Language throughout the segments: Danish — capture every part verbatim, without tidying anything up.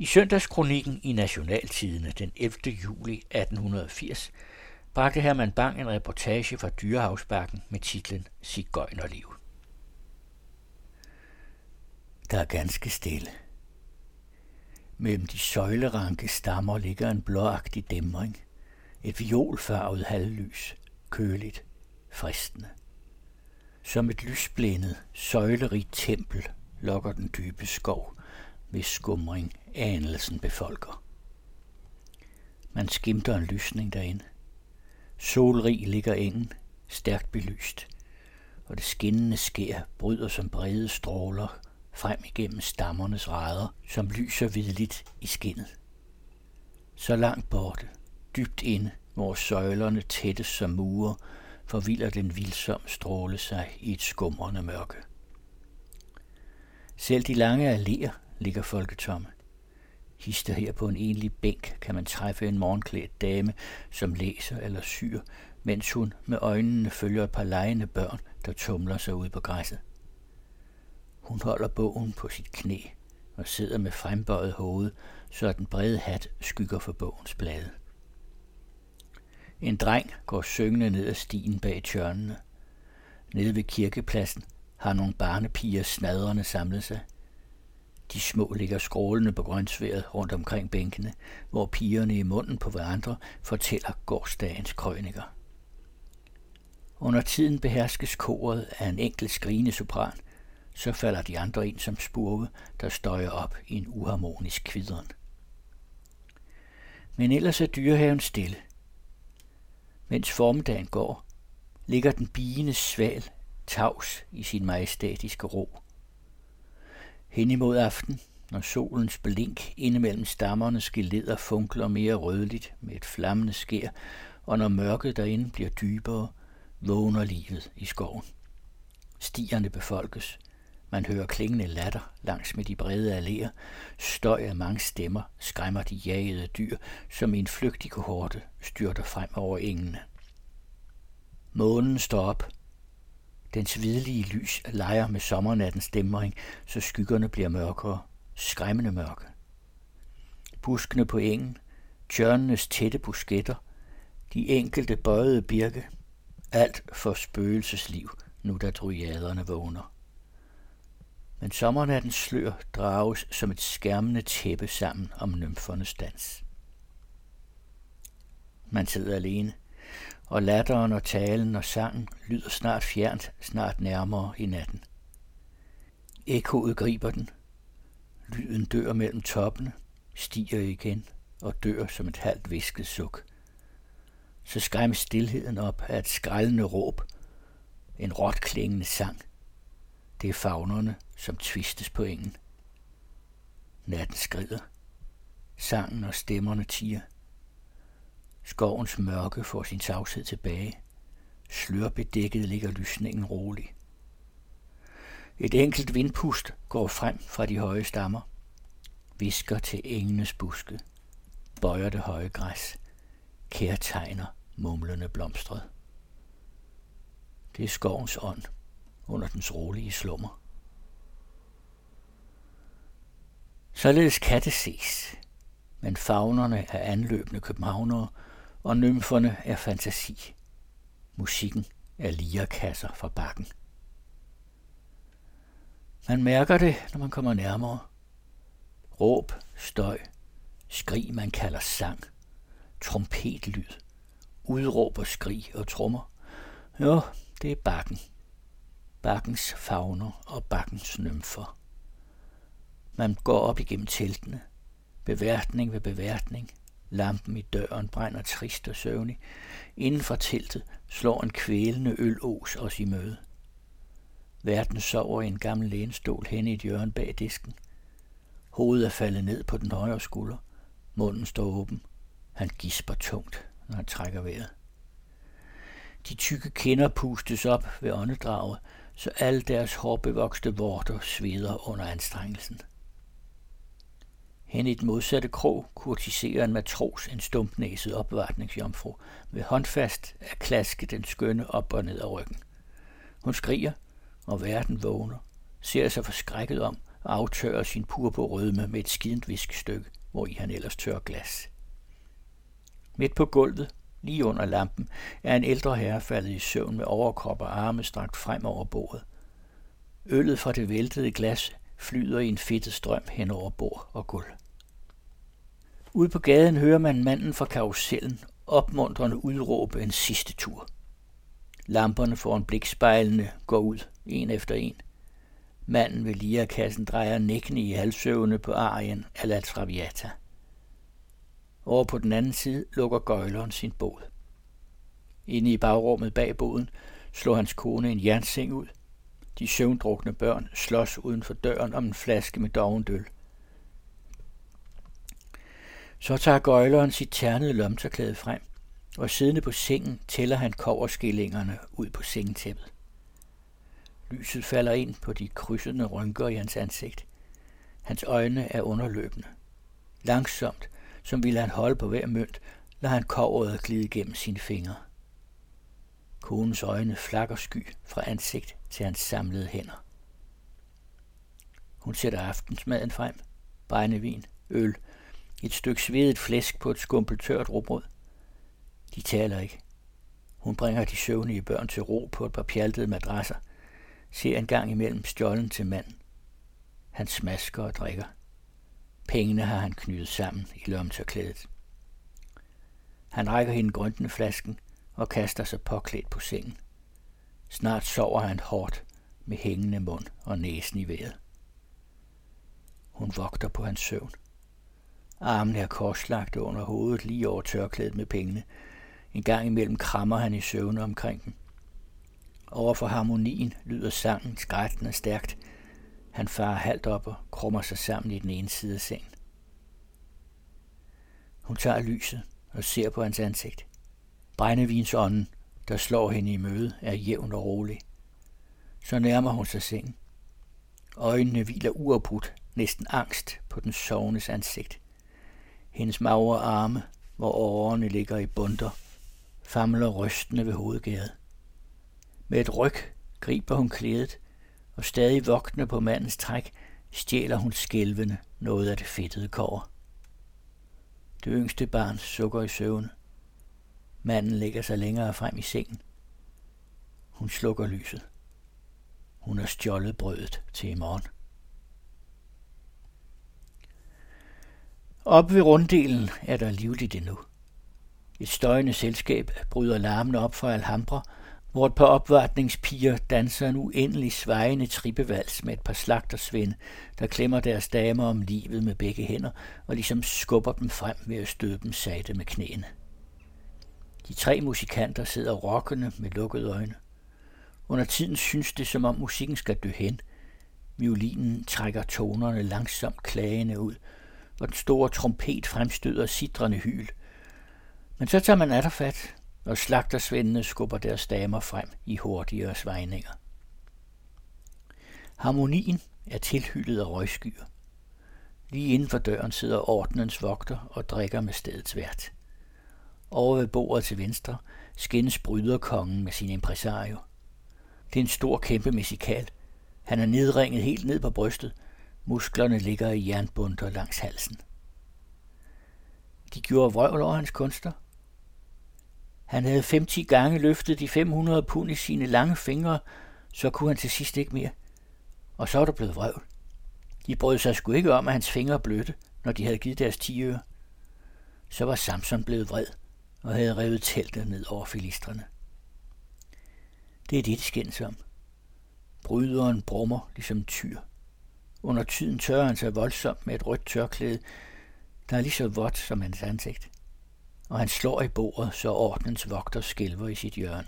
I søndagskronikken i Nationaltidende den ellevte juli atten firs bragte Herman Bang en reportage fra Dyrehavsbakken med titlen Sigøjnerliv. Der er ganske stille. Mellem de søjleranke stammer ligger en blåagtig dæmring, et violfarvet halvlys, køligt, fristende. Som et lysblændet, søjlerigt tempel lokker den dybe skov, hvis skumring anelsen befolker. Man skimter en lysning derinde. Solrig ligger engen, stærkt belyst, og det skinnende skær bryder som brede stråler frem igennem stammernes rader, som lyser hvidligt i skinnet. Så langt borte, dybt inde, hvor søjlerne tættes som mure, forvilder den vildsomme stråle sig i et skumrende mørke. Selv de lange alléer ligger folketomme. Hister her på en enlig bænk kan man træffe en morgenklædt dame, som læser eller syr, mens hun med øjnene følger et par legende børn, der tumler sig ud på græsset. Hun holder bogen på sit knæ og sidder med frembøjet hoved, så den brede hat skygger for bogens blade. En dreng går syngende ned ad stien bag tjørnene. Nede ved kirkepladsen har nogle barnepiger snadrende samlet sig. De små ligger skrålende på grønsværet rundt omkring bænkene, hvor pigerne i munden på hverandre fortæller gårsdagens krøniker. Under tiden beherskes koret af en enkelt skrigende sopran, så falder de andre ind som spurve, der støjer op i en uharmonisk kvidren. Men ellers er Dyrehaven stille. Mens formiddagen går, ligger den biende sval tavs i sin majestætiske ro. Hen imod aften, når solens blink indimellem stammernes geleder funkler mere rødligt med et flammende skær, og når mørket derinde bliver dybere, vågner livet i skoven. Stierne befolkes. Man hører klingende latter langs med de brede alléer. Støj af mange stemmer skræmmer de jagede dyr, som i en flygtig kohorte styrter frem over engene. Månen står op. Dens hvidlige lys leger med sommernattens dæmring, så skyggerne bliver mørkere, skræmmende mørke. Buskene på engen, tjørnenes tætte busketter, de enkelte bøjede birke, alt for spøgelsesliv, nu da drujaderne vågner. Men sommernattens slør drages som et skærmende tæppe sammen om nymfernes dans. Man sidder alene, og latteren og talen og sangen lyder snart fjernt, snart nærmere i natten. Ekkoet griber den. Lyden dør mellem toppene, stiger igen og dør som et halvt hvisket suk. Så skræmmes stilheden op af et skrællende råb, en råt klingende sang. Det er fagnerne, som tvistes på engen. Natten skrider. Sangen og stemmerne tiger. Skovens mørke får sin tavshed tilbage. Slørbedækket ligger lysningen rolig. Et enkelt vindpust går frem fra de høje stammer. Visker til engenes buske. Bøjer det høje græs. Kærtegner mumlende blomstret. Det er skovens ånd under dens rolige slummer. Således kan det ses, men fagnerne er anløbende københavnere, og nymferne er fantasi. Musikken er lirkasser fra bakken. Man mærker det, når man kommer nærmere. Råb, støj, skrig man kalder sang, trompetlyd, udråb og skrig og trommer. Jo, det er bakken. Bakkens fauner og bakkens nymfer. Man går op igennem teltene. Beværtning ved beværtning. Lampen i døren brænder trist og søvnig. Inden for teltet slår en kvælende ølos os i møde. Værten sover i en gammel lænestol hen i et hjørne bag disken. Hovedet er faldet ned på den højre skulder. Munden står åben. Han gisper tungt, når han trækker vejret. De tykke kinder pustes op ved åndedraget, så alle deres hårbevokste vorter sveder under anstrengelsen. Hen i et modsatte krog kurtiserer en matros en stumpnæset opvartningsjomfru ved håndfast at klaske den skønne op og ned ad ryggen. Hun skriger, og verden vågner, ser sig forskrækket om og aftørrer sin purpurrødme med et skident viskestykke, hvor i han ellers tørrer glas. Midt på gulvet, lige under lampen, er en ældre herre faldet i søvn med overkrop og arme strakt frem over bordet. Øllet fra det væltede glas flyder i en fedtet strøm hen over bord og gulv. Ude på gaden hører man manden fra karusellen opmuntrende udråbe en sidste tur. Lamperne foran blikspejlene går ud, en efter en. Manden ved lirakassen drejer nækkende i halvsøvne på arien af La Traviata. Over på den anden side lukker gøjleren sin båd. Inde i bagrummet bag båden slår hans kone en jernseng ud. De søvndrukne børn slås uden for døren om en flaske med dovent øl. Så tager gøjleren sit ternede lomterklæde frem, og siddende på sengen tæller han kobberskillingerne ud på sengetæppet. Lyset falder ind på de krydsende rynker i hans ansigt. Hans øjne er underløbende. Langsomt, som ville han holde på hver mønt, lader han kobberet glide gennem sine fingre. Konens øjne flakker sky fra ansigt til hans samlede hænder. Hun sætter aftensmaden frem. Brændevin, øl, et stykke svedet flæsk på et skumpelt tørt rugbrød. De taler ikke. Hun bringer de søvnige børn til ro på et par pjaltede madrasser, ser en gang imellem stjålen til manden. Han smasker og drikker. Pengene har han knyttet sammen i lomterklædet. Han rækker hende grøntende flasken og kaster sig påklædt på sengen. Snart sover han hårdt med hængende mund og næsen i vejret. Hun vogter på hans søvn. Armene er korslagte under hovedet lige over tørklædet med pengene. En gang imellem krammer han i søvne omkring dem. Over for harmonien lyder sangen skrættende stærkt. Han farer halvt op og krummer sig sammen i den ene side af sengen. Hun tager lyset og ser på hans ansigt. Brændevinsånden, der slår hende i møde, er jævn og rolig. Så nærmer hun sig sengen. Øjnene hviler uafbrudt, næsten angst på den sovnes ansigt. Hendes magre arme, hvor årene ligger i bunter, famler rystende ved hovedgæret. Med et ryg griber hun klædet, og stadig vogtende på mandens træk, stjæler hun skælvende noget af det fedtede kobber. Det yngste barn sukker i søvne. Manden lægger sig længere frem i sengen. Hun slukker lyset. Hun har stjålet brødet til i morgen. Oppe ved runddelen er der livligt endnu. Et støjende selskab bryder larmene op fra Alhambra, hvor et par opvartningspiger danser en uendelig svejende trippevals med et par slagtersvende, der klemmer deres damer om livet med begge hænder og ligesom skubber dem frem ved at støde dem satte med knæene. De tre musikanter sidder rokkende med lukkede øjne. Under tiden synes det, som om musikken skal dø hen. Violinen trækker tonerne langsomt klagende ud, og den store trompet fremstøder sidrende hyl. Men så tager man atter fat, og slagtersvendene skubber deres damer frem i hurtigere svejninger. Harmonien er tilhyllet af røgskyer. Lige inden for døren sidder ordenens vogter og drikker med stedets vært. Over ved bordet til venstre skændes bryderkongen med sin impresario. Det er en stor kæmpe mesikal. Han er nedringet helt ned på brystet. Musklerne ligger i jernbunter langs halsen. De gjorde vrøvl over hans kunster. Han havde femti gange løftet de fem hundrede pund i sine lange fingre, så kunne han til sidst ikke mere. Og så var der blevet vrøvl. De brød sig sgu ikke om, at hans fingre blødte, når de havde givet deres ti øre. Så var Samson blevet vred og havde revet teltet ned over filistrene. Det er det, de skændes om. Bryderen brummer ligesom en tyr. Under tiden tørrer han sig voldsomt med et rødt tørklæde, der er lige så vådt som hans ansigt. Og han slår i bordet, så ordenens vogter skælver i sit hjørne.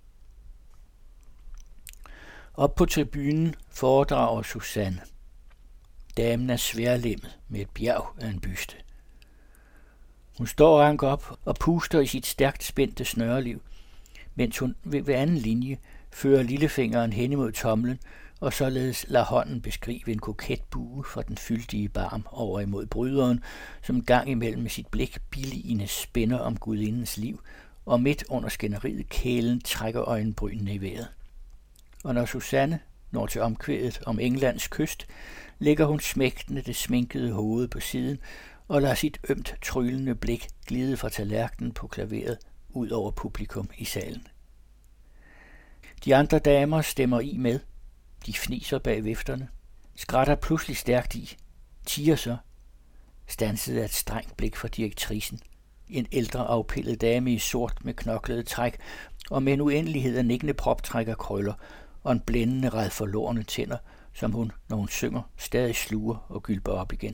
Op på tribunen foredrager Susanne. Damen er sværlemmet med et bjerg af en byste. Hun står rank op og puster i sit stærkt spændte snøreliv, mens hun ved hver anden linje fører lillefingeren hen imod tomlen og således lader hånden beskrive en koket bue fra den fyldige barm over imod bryderen, som en gang imellem med sit blik billigende spænder om gudindens liv, og midt under skænderiet kælen trækker øjenbrynene i vejret. Og når Susanne, når til omkvædet om Englands kyst, lægger hun smægtende det sminkede hoved på siden og lader sit ømt tryllende blik glide fra tallerkenen på klaveret ud over publikum i salen. De andre damer stemmer i med. De fniser bag vifterne, skrætter pludselig stærkt i, tiger så, stansede af et strengt blik fra direktrisen, en ældre afpillet dame i sort med knoklede træk og med en uendelighed af nikkende proptræk og krøller og en blændende red forlorne tænder, som hun, når hun synger, stadig sluger og gylper op igen.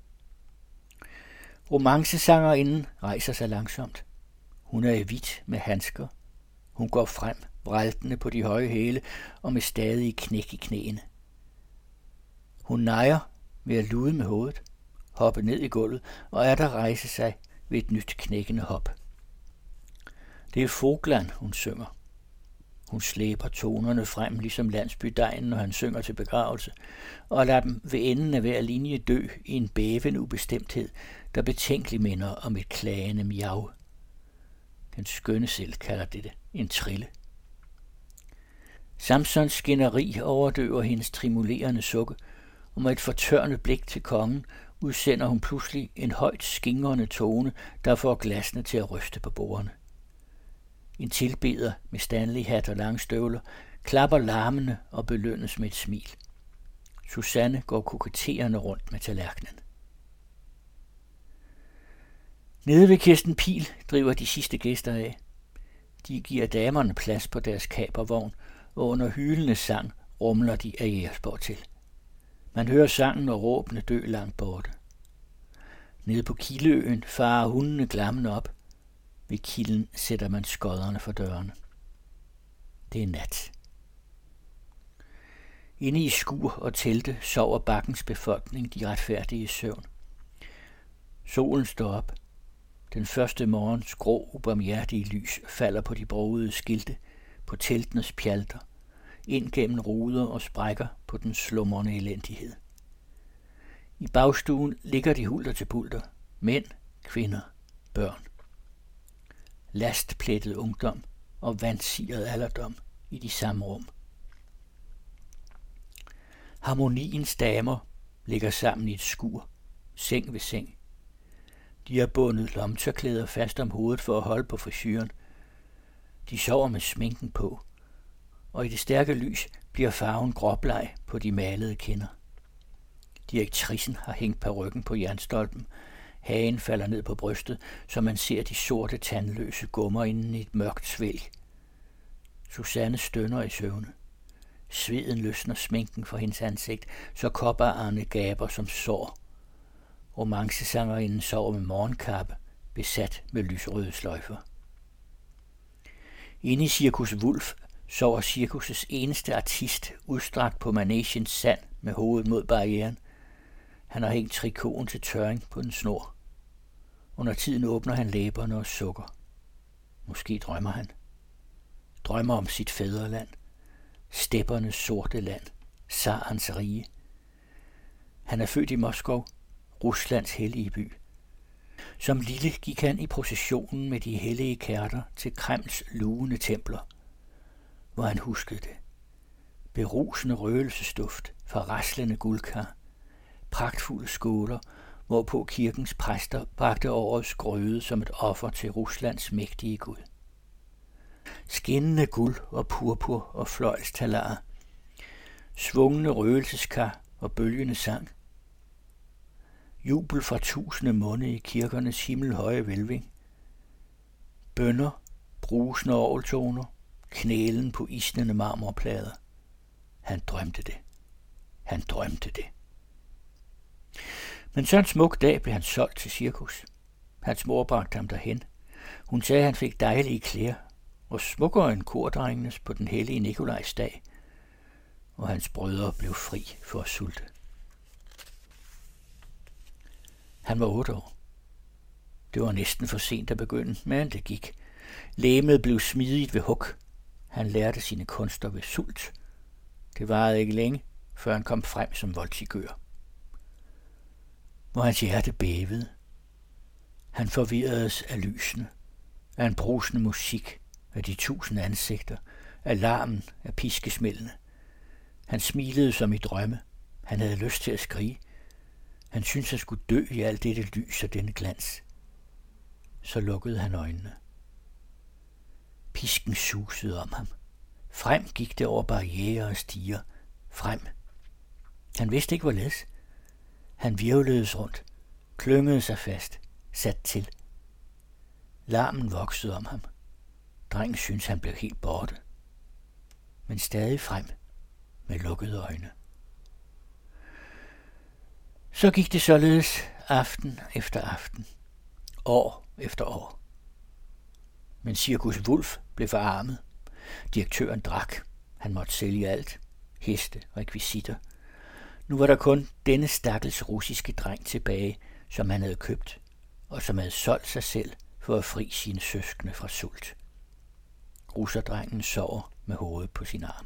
Romancesangerinden rejser sig langsomt. Hun er i hvidt med handsker. Hun går frem, vræltende på de høje hæle og med stadige knæk i knæene. Hun nejer ved at lude med hovedet, hoppe ned i gulvet og er der rejse sig ved et nyt knækkende hop. Det er Fogland, hun synger. Hun slæber tonerne frem ligesom landsbydejen, når han synger til begravelse, og lader dem ved enden af hver linje dø i en bævende ubestemthed, der betænkeligt minder om et klagende miau. Den skønne selv kalder dette en trille. Samsons skænderi overdøver hendes trimulerende sukke, og med et fortørnet blik til kongen udsender hun pludselig en højt skingrende tone, der får glasene til at ryste på bordene. En tilbeder med Stanley-hat og lange støvler klapper larmende og belønnes med et smil. Susanne går koketterende rundt med tallerkenen. Nede ved Kirsten Pihl driver de sidste gæster af. De giver damerne plads på deres kapervogn, og under hylende sang rumler de af Jægersborg til. Man hører sangen og råbene dø langt borte. Nede på Kildeøen farer hundene glammende op. Ved kilden sætter man skodderne for dørene. Det er nat. Inde i skur og telte sover bakkens befolkning de retfærdige søvn. Solen står op. Den første morgens grå, ubarmhjertige lys falder på de brogede skilte, på teltenes pjalter, ind gennem ruder og sprækker på den slumrende elendighed. I bagstuen ligger de hulter til bulter, mænd, kvinder, børn. Lastplettet ungdom og vandsiret alderdom i de samme rum. Harmoniens damer ligger sammen i et skur, seng ved seng. De har bundet lomtørklæder fast om hovedet for at holde på frisyren. De sover med sminken på, og i det stærke lys bliver farven gråbleg på de malede kinder. Direktrisen har hængt parykken på jernstolpen. Hagen falder ned på brystet, så man ser de sorte tandløse gummer inden i et mørkt svælg. Susanne stønner i søvne. Sveden løsner sminken fra hendes ansigt, så kopperarne gaber som sår. Romancesangerinden sover med morgenkappe, besat med lysrøde sløjfer. Inde i Cirkus Wulf sover cirkusets eneste artist udstrakt på manegens sand med hovedet mod barrieren. Han har hængt trikoten til tørring på en snor. Under tiden åbner han læberne og sukker. Måske drømmer han. Drømmer om sit fædreland. Steppernes sorte land. Zarens rige. Han er født i Moskov, Ruslands hellige by. Som lille gik han i processionen med de hellige kærter til Kremls lugende templer, hvor han huskede det. Berusende røgelsestuft fra raslende guldkar, pragtfulde skåler, hvorpå kirkens præster bragte årets grøde som et offer til Ruslands mægtige Gud. Skinnende guld og purpur og fløjlstalarer, svungne røgelseskar og bølgende sang. Jubel fra tusinde munde i kirkernes himmelhøje hvælving. Bønner, brusende orgeltoner, knælen på isnende marmorplader. Han drømte det. Han drømte det. Men så en smuk dag blev han solgt til cirkus. Hans mor bragte ham derhen. Hun sagde, at han fik dejlige klæder, og smukkere end kordrengenes på den hellige Nikolajs dag, og hans brødre blev fri for at sulte. Han var otte år. Det var næsten for sent at begynde, men det gik. Legemet blev smidigt ved hug. Han lærte sine kunster ved sult. Det varede ikke længe, før han kom frem som voltigør. Hvor hans hjerte bævede. Han forvirredes af lysene, af en brusende musik, af de tusind ansigter, af larmen, af piskesmældene. Han smilede som i drømme. Han havde lyst til at skrige. Han syntes, han skulle dø i alt dette lys og denne glans. Så lukkede han øjnene. Pisken susede om ham. Frem gik det over barrierer og stiger. Frem. Han vidste ikke, hvorledes. Han virvledes rundt, klyngede sig fast, sat til. Larmen voksede om ham. Drengen syntes, han blev helt borte. Men stadig frem med lukkede øjne. Så gik det således aften efter aften, år efter år. Men Cirkus Wulf blev forarmet. Direktøren drak. Han måtte sælge alt. Heste, rekvisitter. Nu var der kun denne stakkels russiske dreng tilbage, som han havde købt, og som havde solgt sig selv for at fri sine søskende fra sult. Russerdrengen sover med hovedet på sin arm.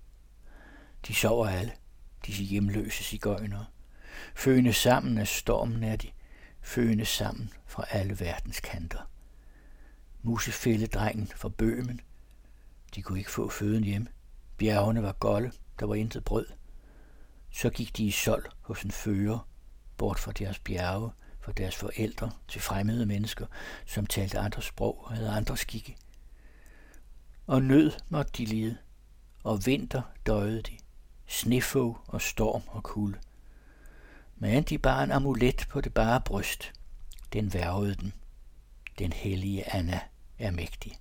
De sover alle, disse hjemløse sigøjnere. Føende sammen af stormen er de, føende sammen fra alle verdens kanter. Musefælledrengen fra Bøhmen. De kunne ikke få føden hjem. Bjergene var golde, der var intet brød. Så gik de i sold hos en fører, bort fra deres bjerge, fra deres forældre til fremmede mennesker, som talte andre sprog og havde andre skikke. Og nød måtte de lide, og vinter døjede de, snefog og storm og kulde. Men de bar en amulet på det bare bryst. Den værvede dem. Den hellige Anna er mægtig.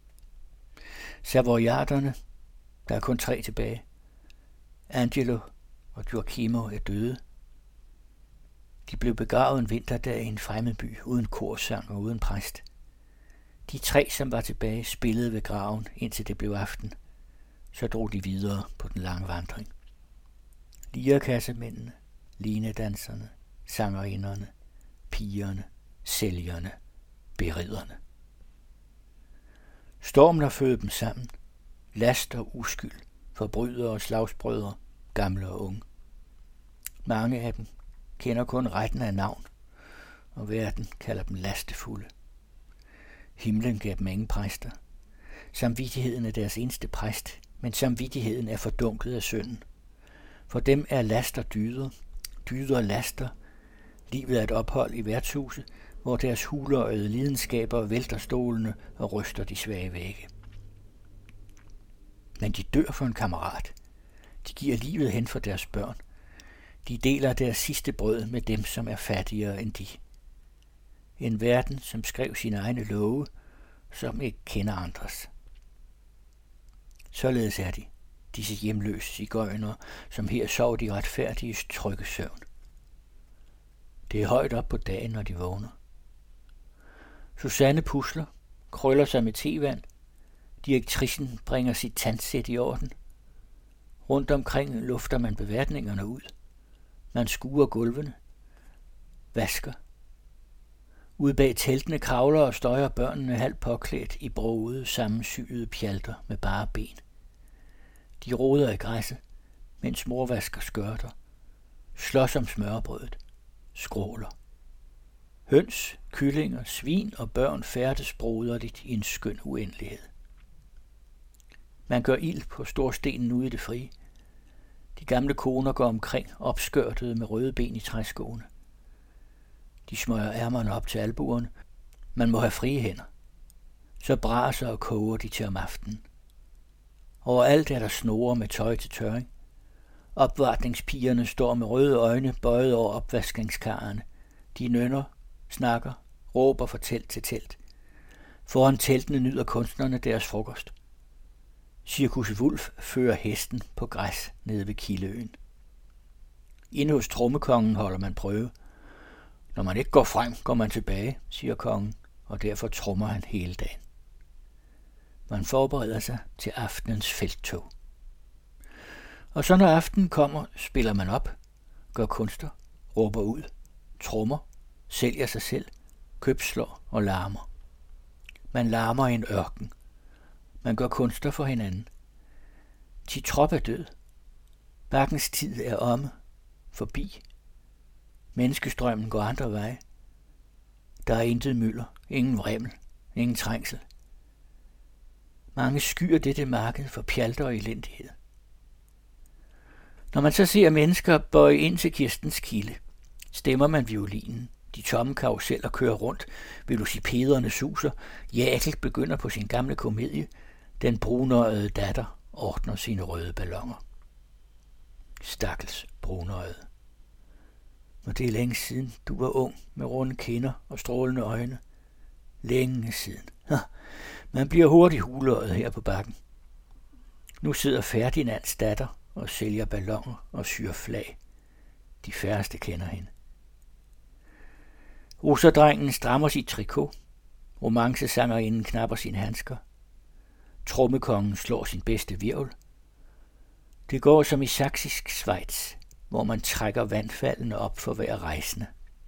Savoyarderne, der er kun tre tilbage. Angelo og Joachimo er døde. De blev begravet en vinterdag i en fremmed by, uden korsang og uden præst. De tre, som var tilbage, spillede ved graven, indtil det blev aften. Så drog de videre på den lange vandring. Lirekassemændene, linedanserne, sangerinderne, pigerne, sælgerne, beriderne. Stormen har født dem sammen. Last og uskyld, forbrydere og slagsbrødre, gamle og unge. Mange af dem kender kun retten af navn, og verden kalder dem lastefulde. Himlen gav dem ingen præster. Samvittigheden er deres eneste præst, men samvittigheden er fordunket af synden. For dem er laster dyder, dyder laster. Livet er et ophold i værtshuset, hvor deres huløjede lidenskaber vælter stolene og ryster de svage vægge. Men de dør for en kammerat. De giver livet hen for deres børn. De deler deres sidste brød med dem, som er fattigere end de. En verden, som skrev sine egne love, som ikke kender andres. Således er de, disse hjemløse sigøjnere, som her sov de retfærdige trygge søvn. Det er højt op på dagen, når de vågner. Susanne pusler, krøller sig med tevand. Direktricen bringer sit tandsæt i orden. Rundt omkring lufter man beværtningerne ud. Man skuer gulvene. Vasker. Ude bag teltene kravler og støjer børnene halvt påklædt i broede, sammensyede pjalter med bare ben. De roder i græsset, mens mor vasker skørter, slås om smørbrødet, skråler. Høns, kyllinger, svin og børn færdes broderligt i en skøn uendelighed. Man gør ild på storstenen ude i det frie. De gamle koner går omkring, opskørtede med røde ben i træskoene. De smøger ærmerne op til albuerne. Man må have frie hænder. Så braser og koger de til om aftenen. Overalt er der snore med tøj til tørring. Opvartningspigerne står med røde øjne bøjet over opvaskningskarrene. De nynner, snakker, råber fra telt til telt. Foran teltene nyder kunstnerne deres frokost. Cirkus Wulf fører hesten på græs nede ved Kildeøen. Inde hos trommekongen holder man prøve. Når man ikke går frem, går man tilbage, siger kongen, og derfor trommer han hele dagen. Man forbereder sig til aftenens felttog. Og så når aftenen kommer, spiller man op, gør kunster, råber ud, trommer, sælger sig selv, købslår og larmer. Man larmer i en ørken. Man gør kunster for hinanden. Ti trop er død. Bakkens tid er omme, forbi. Menneskestrømmen går andre veje. Der er intet mylder, ingen vrimmel, ingen trængsel. Mange skyer dette marked for pjalter og elendighed. Når man så ser mennesker bøje ind til Kirstens kilde, stemmer man violinen, de tomme karuseller kører rundt, velocipederne suser, Jakel begynder på sin gamle komedie, den brunøjede datter ordner sine røde balloner. Stakkels brunøjede. Og det er længe siden, du var ung med runde kinder og strålende øjne. Længe siden. Ha, man bliver hurtigt huløjet her på bakken. Nu sidder Ferdinands datter og sælger balloner og syr flag. De færreste kender hende. Russerdrengen strammer sit trikot. Romancesangerinden knapper sine handsker. Trommekongen slår sin bedste hvirvel. Det går som i saksisk Schweiz, hvor man trækker vandfaldene op for hver rejsende.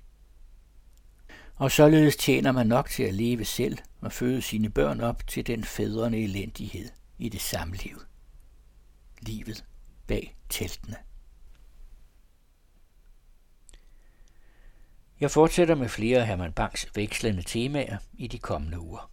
Og således tjener man nok til at leve selv og føde sine børn op til den fædrende elendighed i det samliv. Livet bag teltene. Jeg fortsætter med flere af Herman Bangs vekslende temaer i de kommende uger.